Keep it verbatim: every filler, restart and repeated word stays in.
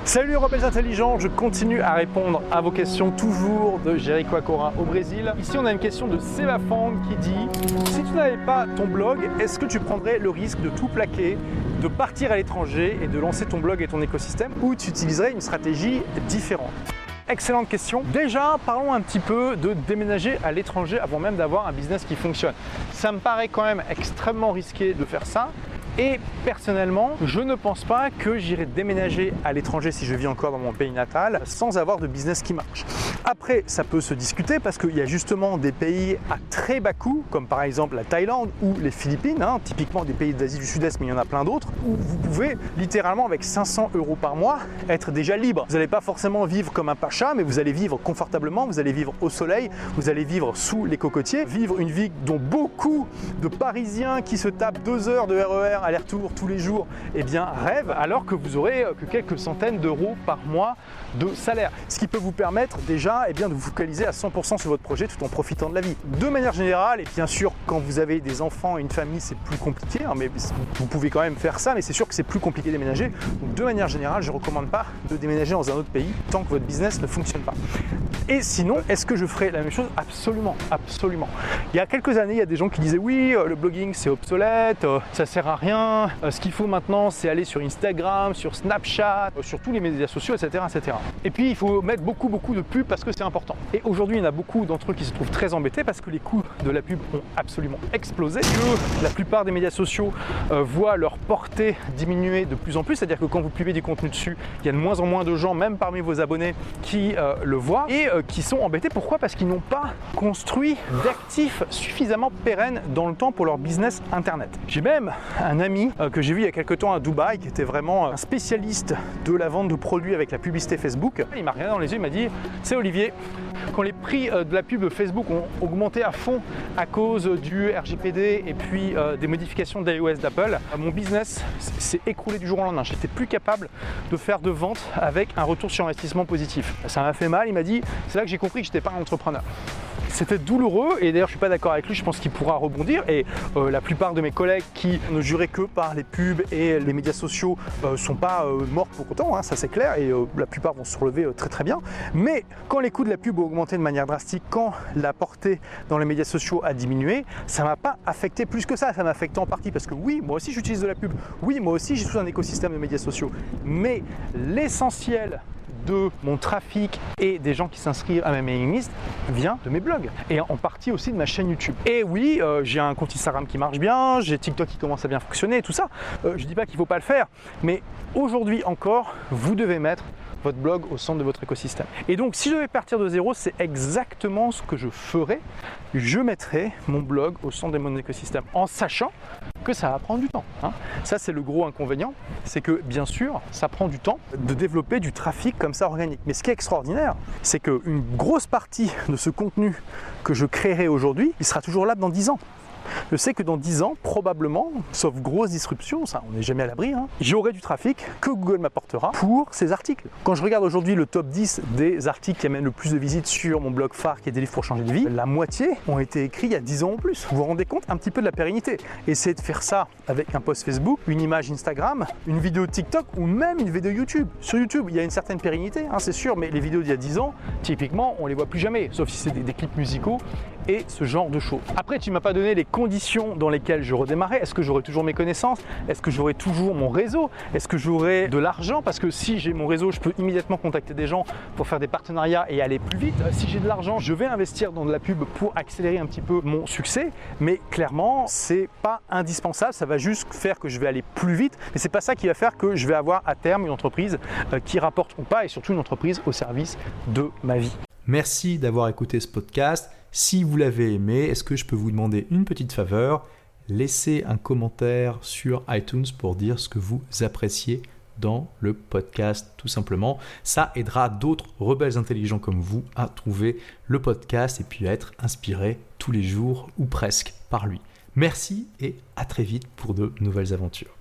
Salut rebelles intelligents, je continue à répondre à vos questions toujours de Jericoacoara au Brésil. Ici on a une question de Sebafang qui dit « Si tu n'avais pas ton blog, est-ce que tu prendrais le risque de tout plaquer, de partir à l'étranger et de lancer ton blog et ton écosystème ou tu utiliserais une stratégie différente ?» Excellente question. Déjà, parlons un petit peu de déménager à l'étranger avant même d'avoir un business qui fonctionne. Ça me paraît quand même extrêmement risqué de faire ça. Et personnellement, je ne pense pas que j'irai déménager à l'étranger si je vis encore dans mon pays natal sans avoir de business qui marche. Après, ça peut se discuter parce qu'il y a justement des pays à très bas coût, comme par exemple la Thaïlande ou les Philippines, hein, typiquement des pays d'Asie du Sud-Est, mais il y en a plein d'autres, où vous pouvez littéralement avec cinq cents euros par mois être déjà libre. Vous n'allez pas forcément vivre comme un pacha, mais vous allez vivre confortablement, vous allez vivre au soleil, vous allez vivre sous les cocotiers, vivre une vie dont beaucoup de Parisiens qui se tapent deux heures de R E R aller-retour tous les jours, eh bien rêvent, alors que vous aurez que quelques centaines d'euros par mois de salaire. Ce qui peut vous permettre déjà eh bien, de vous focaliser à cent pour cent sur votre projet tout en profitant de la vie. De manière générale, et bien sûr quand vous avez des enfants et une famille c'est plus compliqué, hein, mais vous pouvez quand même faire ça, mais c'est sûr que c'est plus compliqué de déménager. Donc de manière générale, je ne recommande pas de déménager dans un autre pays tant que votre business ne fonctionne pas. Et sinon, est-ce que je ferai la même chose? Absolument, absolument. Il y a quelques années, il y a des gens qui disaient oui, le blogging c'est obsolète, ça sert à rien, ce qu'il faut maintenant c'est aller sur Instagram, sur Snapchat, sur tous les médias sociaux, et cetera, et cetera. Et puis il faut mettre beaucoup beaucoup de pubs parce que c'est important. Et aujourd'hui, il y en a beaucoup d'entre eux qui se trouvent très embêtés parce que les coûts de la pub ont absolument explosé, que la plupart des médias sociaux euh, voient leur portée diminuer de plus en plus, c'est-à-dire que quand vous publiez du contenu dessus, il y a de moins en moins de gens, même parmi vos abonnés, qui euh, le voient et euh, qui sont embêtés. Pourquoi? Parce qu'ils n'ont pas construit d'actifs suffisamment pérennes dans le temps pour leur business internet. J'ai même un ami euh, que j'ai vu il y a quelques temps à Dubaï qui était vraiment un spécialiste de la vente de produits avec la publicité Facebook. Il m'a regardé dans les yeux, il m'a dit « C'est Olivier, quand les prix euh, de la pub Facebook ont augmenté à fond à cause du R G P D et puis euh, des modifications d'iOS d'Apple, euh, mon business s'est écroulé du jour au lendemain. J'étais plus capable de faire de vente avec un retour sur investissement positif. Ça m'a fait mal, il m'a dit « C'est là que j'ai compris que je n'étais pas un entrepreneur ». C'était douloureux et d'ailleurs je ne suis pas d'accord avec lui, je pense qu'il pourra rebondir et euh, la plupart de mes collègues qui ne juraient que par les pubs et les médias sociaux ne euh, sont pas euh, morts pour autant, hein, ça c'est clair, et euh, la plupart vont se relever euh, très très bien. Mais quand les coûts de la pub ont augmenté de manière drastique, quand la portée dans les médias sociaux a diminué, ça ne m'a pas affecté plus que ça, ça m'a affecté en partie parce que oui, moi aussi j'utilise de la pub, oui, moi aussi j'ai tout un écosystème de médias sociaux, mais l'essentiel de mon trafic et des gens qui s'inscrivent à ma mailing list vient de mes blogs et en partie aussi de ma chaîne YouTube. Et oui, euh, j'ai un compte Instagram qui marche bien, j'ai TikTok qui commence à bien fonctionner, tout ça. Euh, je ne dis pas qu'il ne faut pas le faire, mais aujourd'hui encore, vous devez mettre votre blog au centre de votre écosystème. Et donc, si je devais partir de zéro, c'est exactement ce que je ferais. Je mettrais mon blog au centre de mon écosystème en sachant que ça va prendre du temps. Hein. Ça, c'est le gros inconvénient. C'est que, bien sûr, ça prend du temps de développer du trafic comme ça organique. Mais ce qui est extraordinaire, c'est qu'une grosse partie de ce contenu que je créerai aujourd'hui, il sera toujours là dans dix ans. Je sais que dans dix ans, probablement, sauf grosse disruption, ça on n'est jamais à l'abri, hein, j'aurai du trafic que Google m'apportera pour ces articles. Quand je regarde aujourd'hui le top dix des articles qui amènent le plus de visites sur mon blog phare qui est des livres pour changer de vie, la moitié ont été écrits il y a dix ans en plus. Vous vous rendez compte un petit peu de la pérennité. Essayez de faire ça avec un post Facebook, une image Instagram, une vidéo TikTok ou même une vidéo YouTube. Sur YouTube, il y a une certaine pérennité, hein, c'est sûr, mais les vidéos d'il y a dix ans, typiquement, on ne les voit plus jamais, sauf si c'est des, des clips musicaux et ce genre de choses. Après, tu ne m'as pas donné les conditions dans lesquelles je redémarrais. Est-ce que j'aurai toujours mes connaissances? Est-ce que j'aurai toujours mon réseau? Est-ce que j'aurai de l'argent? Parce que si j'ai mon réseau, je peux immédiatement contacter des gens pour faire des partenariats et aller plus vite. Si j'ai de l'argent, je vais investir dans de la pub pour accélérer un petit peu mon succès. Mais clairement, c'est pas indispensable. Ça va juste faire que je vais aller plus vite. Mais c'est pas ça qui va faire que je vais avoir à terme une entreprise qui rapporte ou pas, et surtout une entreprise au service de ma vie. Merci d'avoir écouté ce podcast. Si vous l'avez aimé, est-ce que je peux vous demander une petite faveur? Laissez un commentaire sur iTunes pour dire ce que vous appréciez dans le podcast, tout simplement. Ça aidera d'autres rebelles intelligents comme vous à trouver le podcast et puis à être inspirés tous les jours ou presque par lui. Merci et à très vite pour de nouvelles aventures.